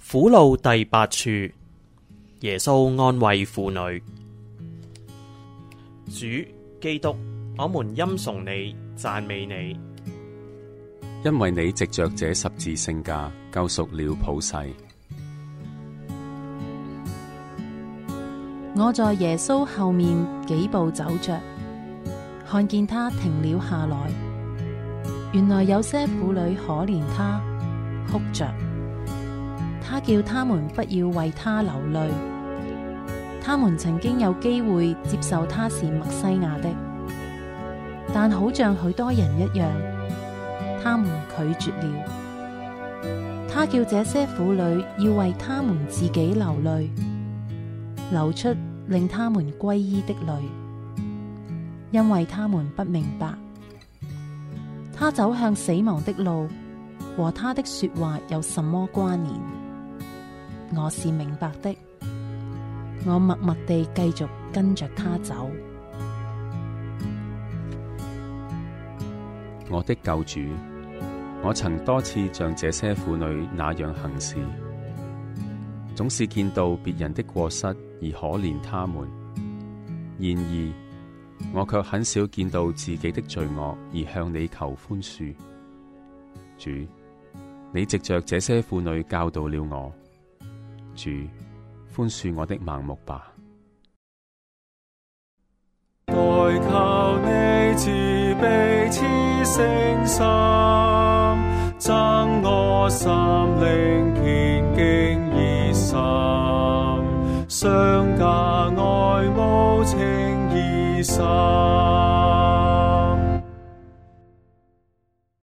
苦路第8處，耶穌安慰婦女。主基督，我們欽崇你，讚美你， 因為你藉着這十字聖架救贖了普世。 我在耶穌後面幾步走着，看見他停了下來。原來有些婦女可憐他，哭着。他叫他們不要為他流淚。他們曾經有機會接受他是默西亞的，但好像許多人一樣，他們拒絕了。他叫這些婦女要為他們自己流淚，流出令他們歸依的淚，因為他們不明白，他走向死亡的路和他的說話有什麼關聯。我是明白的，我默默地繼續跟着他走。 我的救主，我曾多次像這些婦女那樣行事，總是見到別人的過失而可憐他們，然而我卻很少見到自己的罪惡而向你求寬恕。主，你藉着這些婦女教導了我。主，寬恕我的盲目吧。 代求你慈悲賜聖心，增我心靈虔敬熱心，相加愛慕情意深。